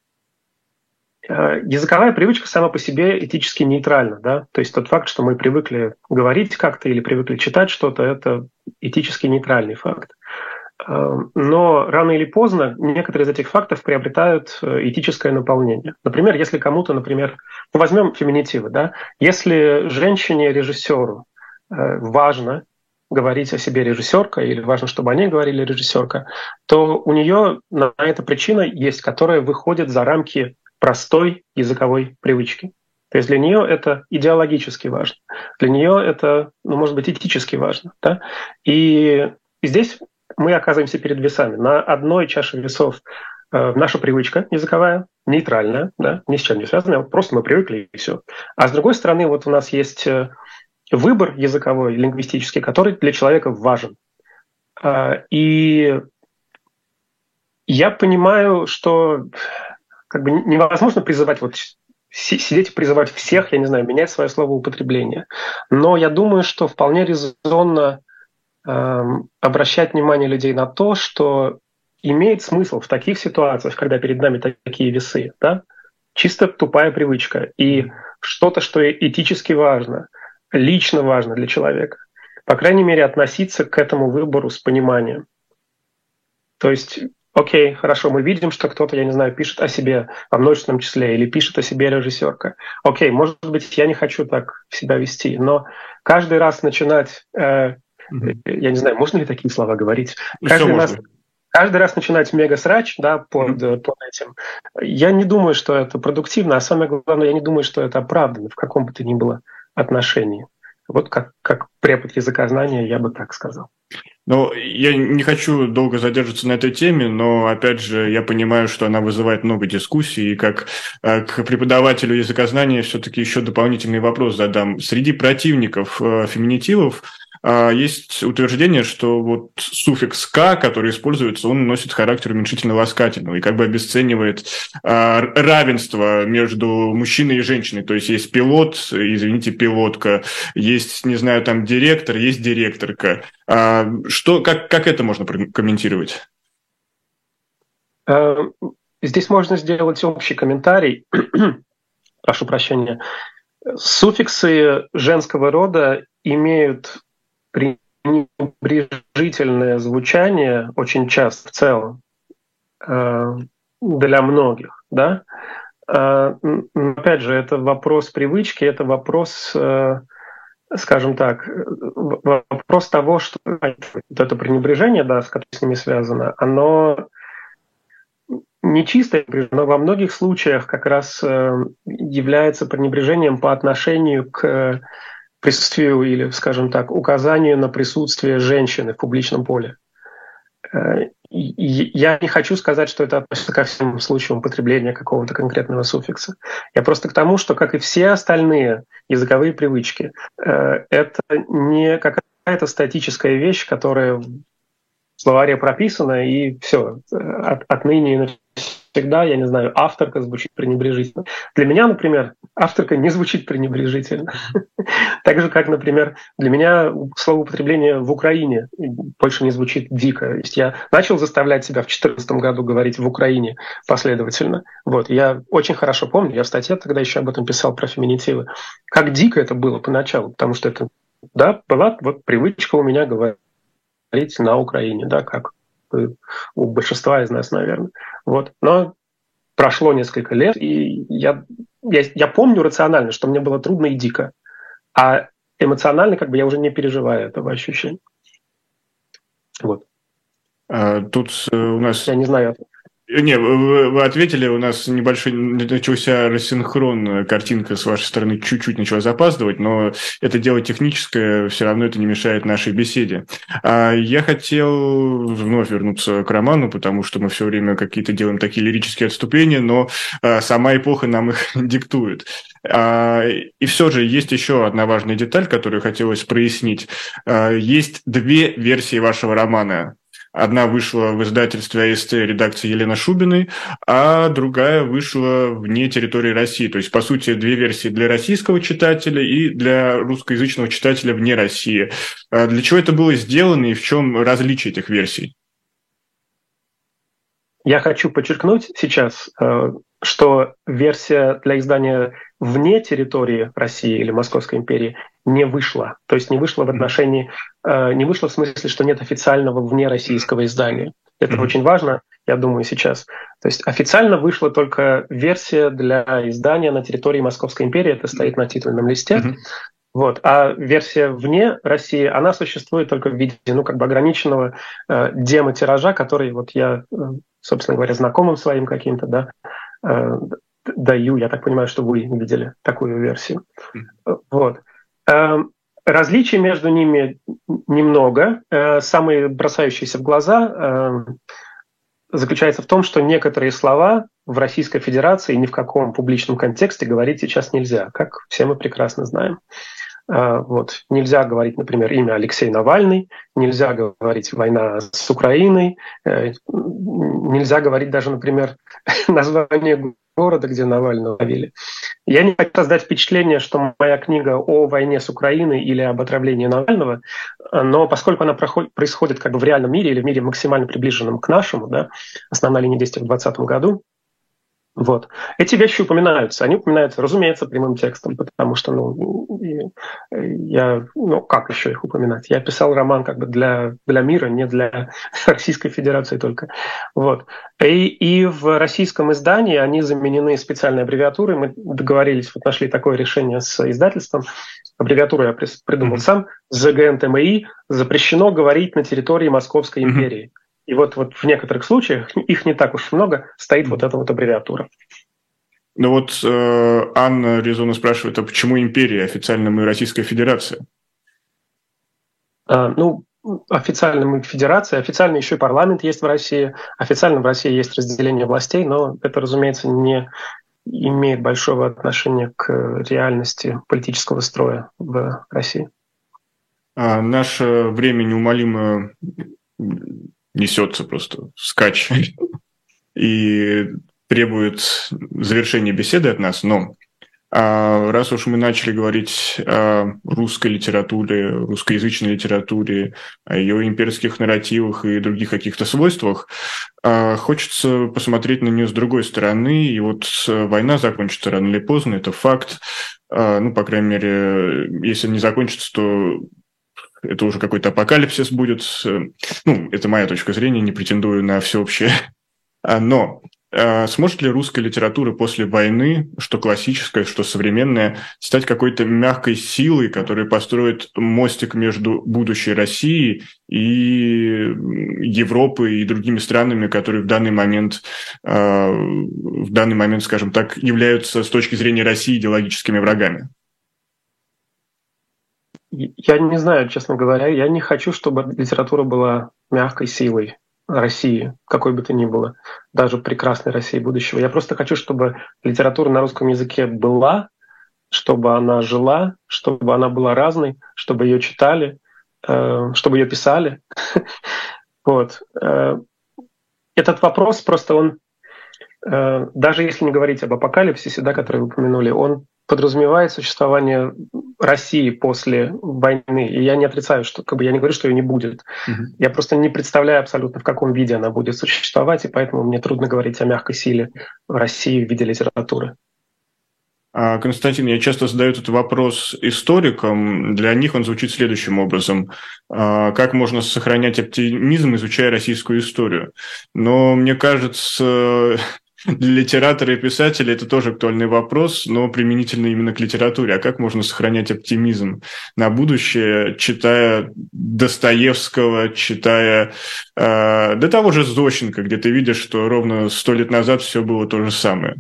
Языковая привычка сама по себе этически нейтральна. Да? То есть тот факт, что мы привыкли говорить как-то или привыкли читать что-то, это этически нейтральный факт. Но рано или поздно некоторые из этих фактов приобретают этическое наполнение. Например, если кому-то, возьмем феминитивы, да? Если женщине-режиссеру важно говорить о себе режиссерка, или важно, чтобы о ней говорили режиссерка, то у нее на это причина есть, которая выходит за рамки простой языковой привычки. То есть для нее это идеологически важно, для нее это, может быть, этически важно. Да? И здесь мы оказываемся перед весами. На одной чаше весов наша привычка языковая, нейтральная, да, ни с чем не связанная, просто мы привыкли и все. А с другой стороны, вот у нас есть выбор языковой, лингвистический, который для человека важен. И я понимаю, что невозможно призывать сидеть и призывать всех, я не знаю, менять свое словоупотребление. Но я думаю, что вполне резонно обращать внимание людей на то, что имеет смысл в таких ситуациях, когда перед нами такие весы, да, чисто тупая привычка и что-то, что этически важно, лично важно для человека, по крайней мере, относиться к этому выбору с пониманием. То есть, окей, хорошо, мы видим, что кто-то, я не знаю, пишет о себе во множественном числе или пишет о себе режиссерка. Окей, может быть, я не хочу так себя вести, но каждый раз начинать... Я не знаю, можно ли такие слова говорить? Каждый раз начинать мега-срач, да, под этим. Я не думаю, что это продуктивно, а самое главное, я не думаю, что это оправдано в каком бы то ни было отношении. Вот как препод языкознания я бы так сказал. Ну, я не хочу долго задерживаться на этой теме, но, опять же, я понимаю, что она вызывает много дискуссий, и как к преподавателю языкознания все-таки еще дополнительный вопрос задам. Среди противников феминитивов есть утверждение, что вот суффикс «к», который используется, он носит характер уменьшительно-ласкательного и как бы обесценивает равенство между мужчиной и женщиной. То есть есть пилот, извините, пилотка, есть, не знаю, там директор, есть директорка. Как это можно комментировать? Здесь можно сделать общий комментарий. Прошу прощения. Суффиксы женского рода имеют пренебрежительное звучание очень часто в целом для многих, да. Опять же, это вопрос привычки, это вопрос, скажем так, вопрос того, что вот это пренебрежение, да, с которым с ними связано, оно не чисто, но во многих случаях как раз является пренебрежением по отношению к присутствию или, скажем так, указанию на присутствие женщины в публичном поле. Я не хочу сказать, что это относится ко всем случаям употребления какого-то конкретного суффикса. Я просто к тому, что, как и все остальные языковые привычки, это не какая-то статическая вещь, которая в словаре прописана, и все, отныне и навсегда, я не знаю, авторка звучит пренебрежительно. Для меня, например, авторка не звучит пренебрежительно. Так же, как, например, для меня словоупотребление в Украине больше не звучит дико. То есть я начал заставлять себя в 2014 году говорить в Украине последовательно. Вот. Я очень хорошо помню, я в статье тогда еще об этом писал, про феминитивы, как дико это было поначалу, потому что это, да, была вот привычка у меня говорить на Украине, да, как у большинства из нас, наверное. Вот. Но прошло несколько лет, и я помню рационально, что мне было трудно и дико. А эмоционально как бы я уже не переживаю этого ощущения. Вот. Тут у нас... Я не знаю. Не, вы ответили, у нас небольшой начался рассинхрон, картинка с вашей стороны чуть-чуть начала запаздывать, но это дело техническое, все равно это не мешает нашей беседе. Я хотел вновь вернуться к роману, потому что мы все время какие-то делаем такие лирические отступления, но сама эпоха нам их диктует. И все же есть еще одна важная деталь, которую хотелось прояснить. Есть две версии вашего романа. Одна вышла в издательстве АСТ редакции Елены Шубиной, а другая вышла вне территории России. То есть, по сути, две версии для российского читателя и для русскоязычного читателя вне России. Для чего это было сделано и в чем различие этих версий? Я хочу подчеркнуть сейчас, что версия для издания вне территории России или Московской империи не вышла. То есть не вышла в отношении, не вышла в смысле, что нет официального внероссийского издания. Это очень важно, я думаю, сейчас. То есть официально вышла только версия для издания на территории Московской империи, это стоит на титульном листе. Вот. А версия вне России, она существует только в виде, ограниченного демо-тиража, который вот я, собственно говоря, знакомым своим каким-то, да, даю. Я так понимаю, что вы видели такую версию. Вот. Различий между ними немного. Самые бросающиеся в глаза заключается в том, что некоторые слова в Российской Федерации ни в каком публичном контексте говорить сейчас нельзя, как все мы прекрасно знаем. Вот. Нельзя говорить, например, имя Алексей Навальный, нельзя говорить «война с Украиной», нельзя говорить даже, например, название города, где Навального ловили. Я не хочу создать впечатление, что моя книга о войне с Украиной или об отравлении Навального, но поскольку она происходит как бы в реальном мире или в мире максимально приближенном к нашему, да, основная линия действия в 2020 году, вот. Эти вещи упоминаются. Они упоминаются, разумеется, прямым текстом, потому что, как еще их упоминать? Я писал роман как бы для мира, не для Российской Федерации только. Вот. И в российском издании они заменены специальной аббревиатурой. Мы договорились, вот нашли такое решение с издательством. Аббревиатуру я придумал сам. ЗГНТМИ запрещено говорить на территории Московской империи. И вот в некоторых случаях, их не так уж много, стоит вот эта вот аббревиатура. Ну вот Анна резонно спрашивает, а почему империя, официально мы Российская Федерация? Официально мы Федерация, официально еще и парламент есть в России, официально в России есть разделение властей, но это, разумеется, не имеет большого отношения к реальности политического строя в России. Наше время неумолимо несется просто вскачь и требует завершения беседы от нас. Но раз уж мы начали говорить о русской литературе, русскоязычной литературе, о ее имперских нарративах и других каких-то свойствах, хочется посмотреть на нее с другой стороны. И вот война закончится рано или поздно, это факт. По крайней мере, если не закончится, то это уже какой-то апокалипсис будет. Это моя точка зрения, не претендую на всеобщее. Но Сможет ли русская литература после войны, что классическая, что современная, стать какой-то мягкой силой, которая построит мостик между будущей Россией и Европой и другими странами, которые в данный момент, скажем так, являются с точки зрения России идеологическими врагами? Я не знаю, честно говоря. Я не хочу, чтобы литература была мягкой силой России, какой бы то ни было, даже прекрасной России будущего. Я просто хочу, чтобы литература на русском языке была, чтобы она жила, чтобы она была разной, чтобы ее читали, чтобы ее писали. Вот. Этот вопрос просто он, даже если не говорить об апокалипсисе, да, который вы упомянули, он подразумевает существование России после войны. И я не отрицаю, что я не говорю, что ее не будет. Я просто не представляю абсолютно, в каком виде она будет существовать, и поэтому мне трудно говорить о мягкой силе в России в виде литературы. Константин, я часто задаю этот вопрос историкам. Для них он звучит следующим образом. Как можно сохранять оптимизм, изучая российскую историю? Но мне кажется, для литератора и писателя это тоже актуальный вопрос, но применительно именно к литературе. А как можно сохранять оптимизм на будущее, читая Достоевского, читая до того же Зощенко, где ты видишь, что ровно 100 лет назад все было то же самое?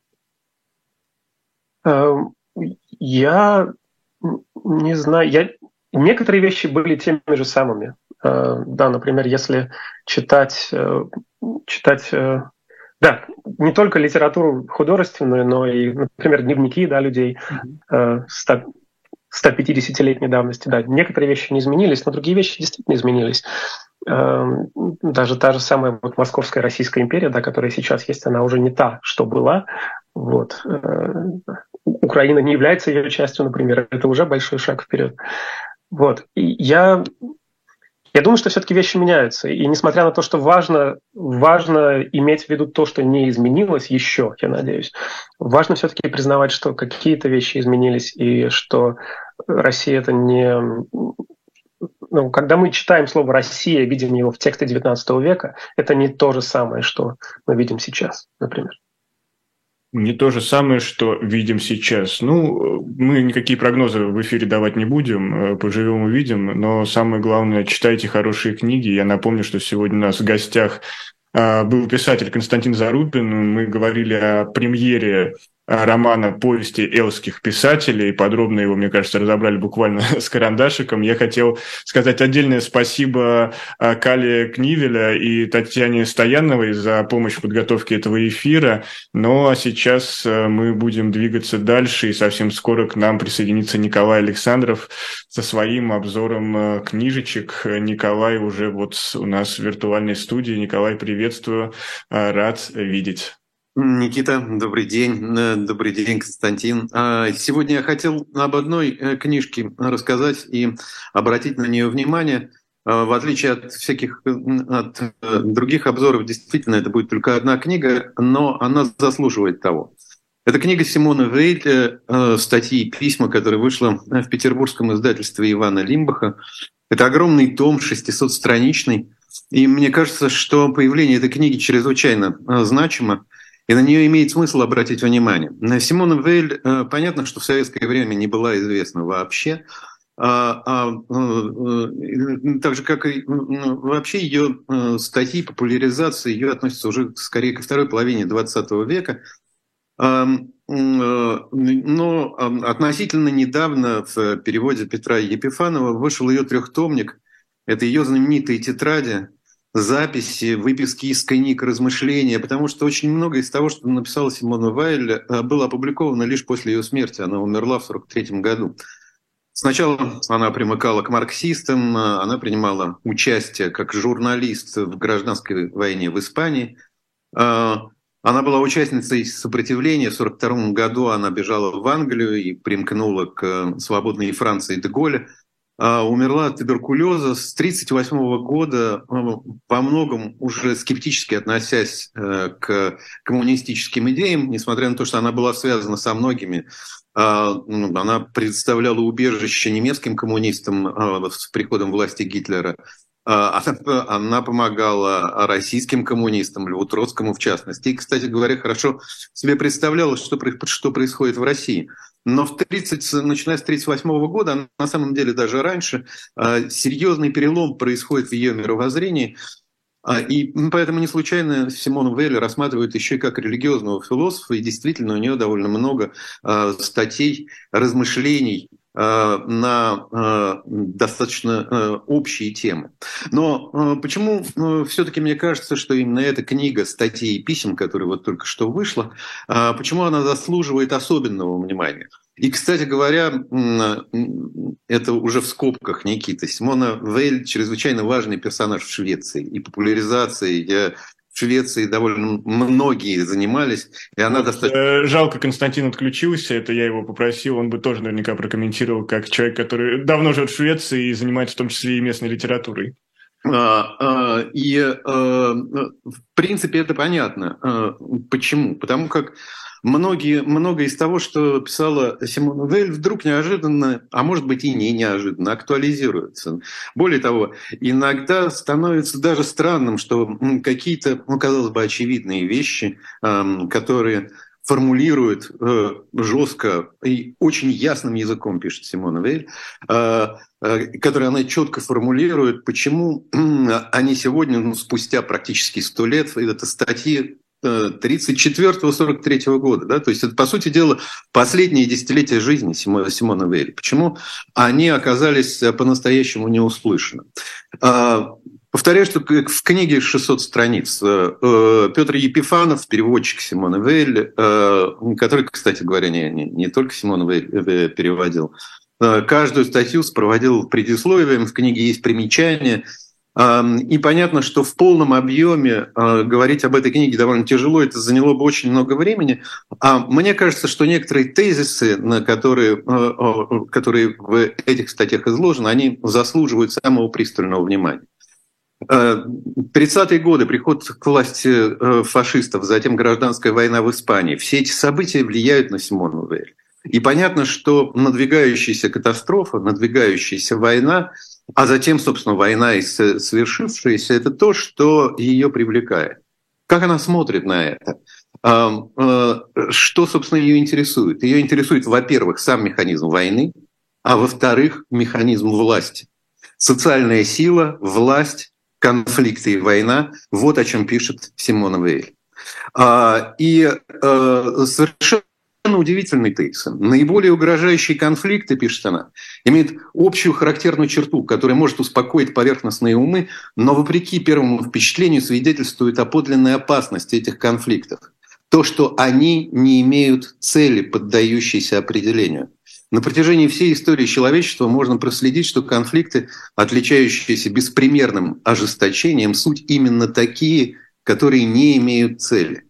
Я не знаю. Некоторые вещи были теми же самыми. Да, например, если читать да, не только литературу художественную, но и, например, дневники, да, людей 150-летней давности. Да, некоторые вещи не изменились, но другие вещи действительно изменились. Даже та же самая вот Московская Российская империя, да, которая сейчас есть, она уже не та, что была. Вот. Украина не является ее частью, например. Это уже большой шаг вперед. Вот. И я думаю, что все-таки вещи меняются. И несмотря на то, что важно иметь в виду то, что не изменилось еще, я надеюсь, важно все-таки признавать, что какие-то вещи изменились, и что Россия — это не... Ну, когда мы читаем слово «Россия», видим его в тексте XIX века, это не то же самое, что мы видим сейчас, например. Не то же самое, что видим сейчас. Ну, мы никакие прогнозы в эфире давать не будем, поживем увидим, но самое главное, читайте хорошие книги. Я напомню, что сегодня у нас в гостях был писатель Константин Зарубин. Мы говорили о премьере романа «Повести элских писателей». Подробно его, мне кажется, разобрали буквально с карандашиком. Я хотел сказать отдельное спасибо Кале Книвеля и Татьяне Стояновой за помощь в подготовке этого эфира. Ну, а сейчас мы будем двигаться дальше, и совсем скоро к нам присоединится Николай Александров со своим обзором книжечек. Николай уже вот у нас в виртуальной студии. Николай, приветствую, рад видеть. Никита, добрый день. Добрый день, Константин. Сегодня я хотел об одной книжке рассказать и обратить на нее внимание. В отличие от других обзоров, действительно, это будет только одна книга, но она заслуживает того. Это книга Симоны Вейль, статьи и письма, которая вышла в петербургском издательстве Ивана Лимбаха. Это огромный том, 600-страничный. И мне кажется, что появление этой книги чрезвычайно значимо. И на нее имеет смысл обратить внимание. Симона Вейль, понятно, что в советское время не была известна вообще, так же, как и вообще ее статьи, популяризация ее относится уже скорее ко второй половине XX века. Но относительно недавно в переводе Петра Епифанова вышел ее трехтомник. Это ее знаменитые тетради, записи, выписки из книг, размышления, потому что очень многое из того, что написала Симона Вейль, было опубликовано лишь после ее смерти. Она умерла в 1943 году. Сначала она примыкала к марксистам, она принимала участие как журналист в гражданской войне в Испании. Она была участницей сопротивления. В 1942 году она бежала в Англию и примкнула к свободной Франции де Голля. Умерла от туберкулеза. С 1938 года, во многом уже скептически относясь к коммунистическим идеям, несмотря на то, что она была связана со многими. Она предоставляла убежище немецким коммунистам с приходом власти Гитлера. Она помогала российским коммунистам, Льву Троцкому в частности. И, кстати говоря, хорошо себе представляла, что происходит в России. Но начиная с 1938 года, на самом деле даже раньше, серьезный перелом происходит в ее мировоззрении. И поэтому не случайно Симону Вейль рассматривают еще и как религиозного философа, и действительно у нее довольно много статей, размышлений на достаточно общие темы. Но почему все-таки мне кажется, что именно эта книга статей и писем, которая вот только что вышла, почему она заслуживает особенного внимания? И, кстати говоря, это уже в скобках, Никита. Симона Вейль чрезвычайно важный персонаж в Швеции. И популяризацией в Швеции довольно многие занимались. И она достаточно... Жалко, Константин отключился. Это я его попросил. Он бы тоже наверняка прокомментировал, как человек, который давно живет в Швеции и занимается в том числе и местной литературой. И, в принципе, это понятно. Почему? Потому как многое из того, что писала Симона Вейль, вдруг неожиданно, а может быть и не неожиданно, актуализируется. Более того, иногда становится даже странным, что какие-то, казалось бы, очевидные вещи, которые формулирует жестко и очень ясным языком, пишет Симона Вейль, которые она четко формулирует, почему они сегодня, спустя практически 100 лет, это статьи 1934-1943 года, да, то есть это, по сути дела, последние десятилетия жизни Симона Вейль. Почему они оказались по-настоящему не услышаны? Повторяю, что в книге 600 страниц Петр Епифанов, переводчик Симоны Вейль, который, кстати говоря, не только Симона Вейль переводил, каждую статью сопроводил предисловием, в книге есть примечания. И понятно, что в полном объеме говорить об этой книге довольно тяжело, это заняло бы очень много времени. А мне кажется, что некоторые тезисы, которые в этих статьях изложены, они заслуживают самого пристального внимания. 30-е годы, приход к власти фашистов, затем гражданская война в Испании. Все эти события влияют на Симону Вейль. И понятно, что надвигающаяся катастрофа, надвигающаяся война, а затем, собственно, война и совершившаяся, это то, что ее привлекает. Как она смотрит на это? Что, собственно, ее интересует? Ее интересует, во-первых, сам механизм войны, а во-вторых, механизм власти. Социальная сила, власть, конфликты и война – вот о чем пишет Симона Вейль. И совершенно удивительный тезис. Наиболее угрожающие конфликты, пишет она, имеют общую характерную черту, которая может успокоить поверхностные умы, но вопреки первому впечатлению свидетельствует о подлинной опасности этих конфликтов. То, что они не имеют цели, поддающейся определению. На протяжении всей истории человечества можно проследить, что конфликты, отличающиеся беспримерным ожесточением, суть именно такие, которые не имеют цели.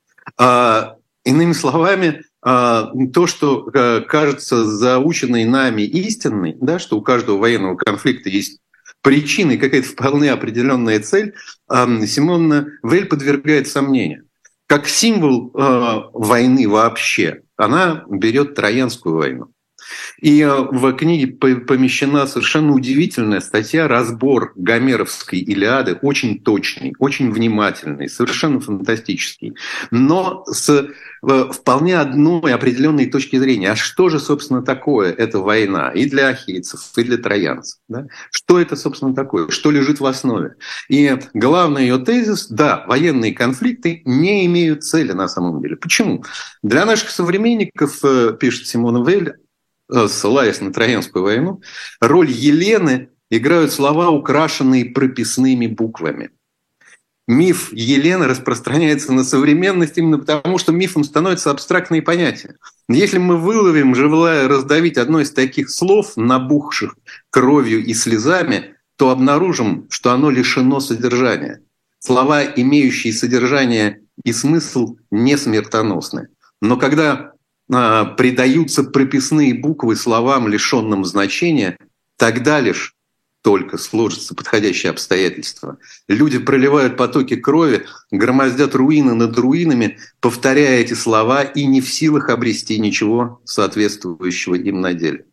Иными словами, то, что кажется заученной нами истинной, да, что у каждого военного конфликта есть причина и какая-то вполне определенная цель, Симона Вейль подвергает сомнению. Как символ войны вообще, она берет Троянскую войну. И в книге помещена совершенно удивительная статья, разбор гомеровской Илиады, очень точный, очень внимательный, совершенно фантастический, но с вполне одной определенной точки зрения. А что же, собственно, такое эта война и для ахейцев, и для троянцев? Да? Что это, собственно, такое? Что лежит в основе? И главный ее тезис – да, военные конфликты не имеют цели на самом деле. Почему? Для наших современников, пишет Симона Вейль, ссылаясь на Троянскую войну, роль Елены играют слова, украшенные прописными буквами. Миф Елены распространяется на современность именно потому, что мифом становятся абстрактные понятия. Если мы выловим, желая раздавить одно из таких слов, набухших кровью и слезами, то обнаружим, что оно лишено содержания. Слова, имеющие содержание и смысл, не смертоносны. Но когда придаются прописные буквы словам, лишенным значения, тогда лишь только сложатся подходящие обстоятельства. Люди проливают потоки крови, громоздят руины над руинами, повторяя эти слова и не в силах обрести ничего соответствующего им на деле.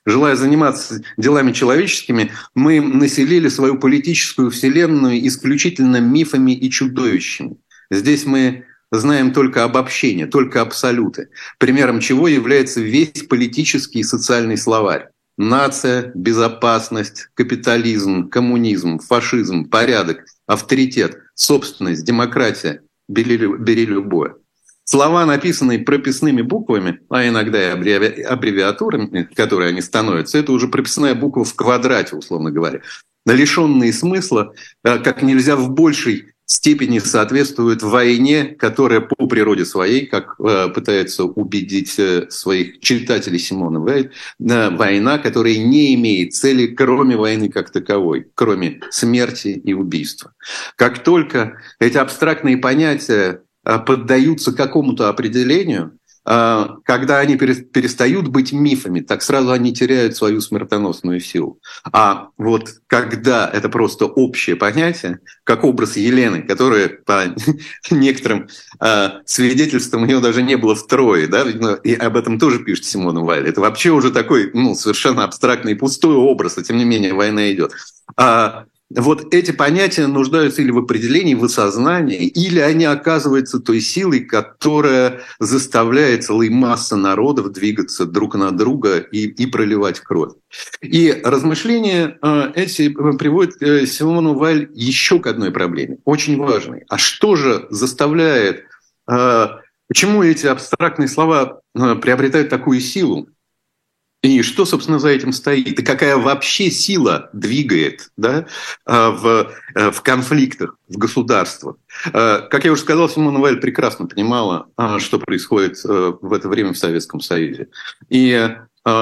желая заниматься делами человеческими, мы населили свою политическую вселенную исключительно мифами и чудовищами. Здесь мы знаем только обобщения, только абсолюты, примером чего является весь политический и социальный словарь. Нация, безопасность, капитализм, коммунизм, фашизм, порядок, авторитет, собственность, демократия, бери любое. Слова, написанные прописными буквами, а иногда и аббревиатурами, которые они становятся, это уже прописная буква в квадрате, условно говоря, лишенные смысла, как нельзя в большей степени соответствуют войне, которая по природе своей, как пытается убедить своих читателей Симона Вейль, война, которая не имеет цели, кроме войны как таковой, кроме смерти и убийства. Как только эти абстрактные понятия поддаются какому-то определению, когда они перестают быть мифами, так сразу они теряют свою смертоносную силу. А вот когда это просто общее понятие, как образ Елены, которая по некоторым свидетельствам у нее даже не было в Трое, да, и об этом тоже пишет Симона Вайль. Это вообще уже такой совершенно абстрактный пустой образ, а тем не менее война идет. Вот эти понятия нуждаются или в определении, в осознании, или они оказываются той силой, которая заставляет целые массы народов двигаться друг на друга и проливать кровь. И размышления эти приводят Симону Вайль еще к одной проблеме, очень важной. А что же заставляет, почему эти абстрактные слова приобретают такую силу? И что, собственно, за этим стоит? И какая вообще сила двигает, да, в конфликтах, в государствах? Как я уже сказал, Симона Вайль прекрасно понимала, что происходит в это время в Советском Союзе. И у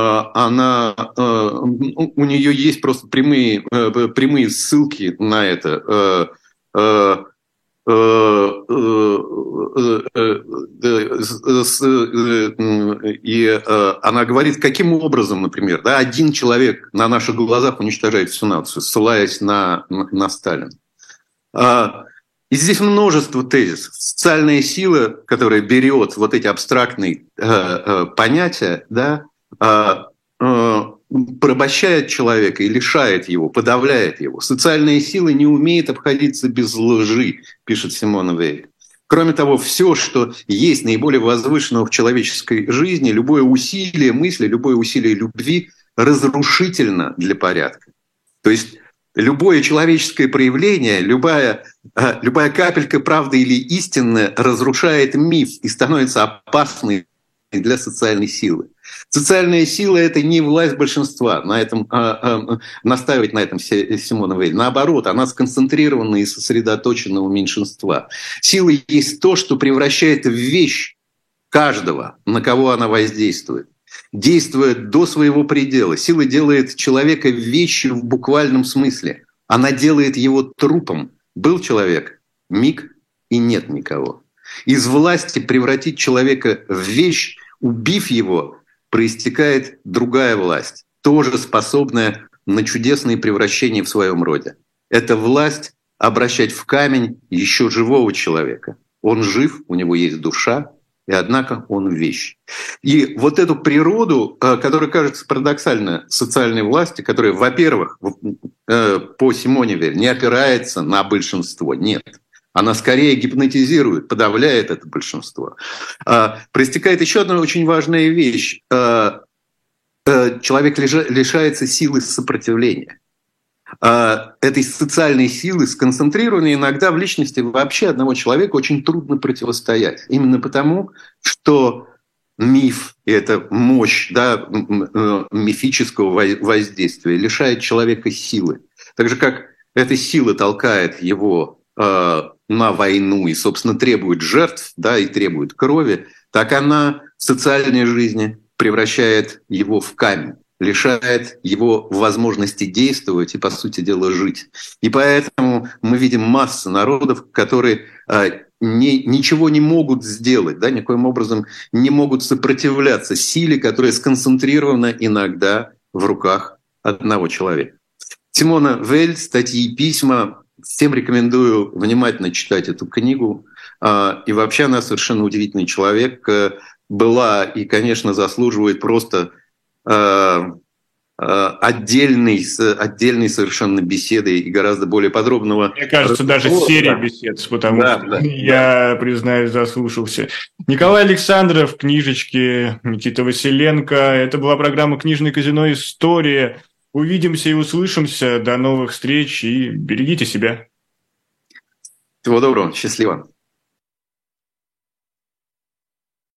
нее есть просто прямые ссылки на это. И она говорит, каким образом, например, да, один человек на наших глазах уничтожает всю нацию, ссылаясь на Сталина. И здесь множество тезисов. Социальная сила, которая берет вот эти абстрактные понятия, да, порабощает человека и лишает его, подавляет его. Социальная сила не умеет обходиться без лжи, пишет Симона Вейль. Кроме того, все, что есть наиболее возвышенного в человеческой жизни, любое усилие мысли, любое усилие любви разрушительно для порядка. То есть любое человеческое проявление, любая капелька правды или истины разрушает миф и становится опасной для социальной силы. Социальная сила – это не власть большинства, на этом, настаивать на этом Симона Вейль. Наоборот, она сконцентрирована и сосредоточена у меньшинства. Сила есть то, что превращает в вещь каждого, на кого она воздействует. Действует до своего предела. Сила делает человека вещью в буквальном смысле. Она делает его трупом. Был человек, миг и нет никого. Из власти превратить человека в вещь, убив его, проистекает другая власть, тоже способная на чудесные превращения в своем роде. Это власть обращать в камень еще живого человека. Он жив, у него есть душа, и однако он вещь. И вот эту природу, которая кажется парадоксально социальной власти, которая, во-первых, по Симоне Вейль не опирается на большинство, нет. Она скорее гипнотизирует, подавляет это большинство. Проистекает еще одна очень важная вещь. Человек лишается силы сопротивления. Этой социальной силы, сконцентрированной иногда в личности вообще одного человека, очень трудно противостоять. Именно потому, что миф и эта мощь, да, мифического воздействия лишает человека силы. Так же, как эта сила толкает его на войну и, собственно, требует жертв, да, и требует крови, так она в социальной жизни превращает его в камень, лишает его возможности действовать и, по сути дела, жить. И поэтому мы видим массу народов, которые ничего не могут сделать, да, никоим образом не могут сопротивляться силе, которая сконцентрирована иногда в руках одного человека. Симона Вейль, статьи и письма. Всем рекомендую внимательно читать эту книгу. И вообще она совершенно удивительный человек. Была и, конечно, заслуживает просто отдельной совершенно беседой и гораздо более подробного. Мне кажется, даже серия бесед, потому что я, признаюсь, заслушался. Николай Александров, книжечки, Никита Василенко. Это была программа «Книжное казино. История». Увидимся и услышимся. До новых встреч и берегите себя. Всего доброго. Счастливо.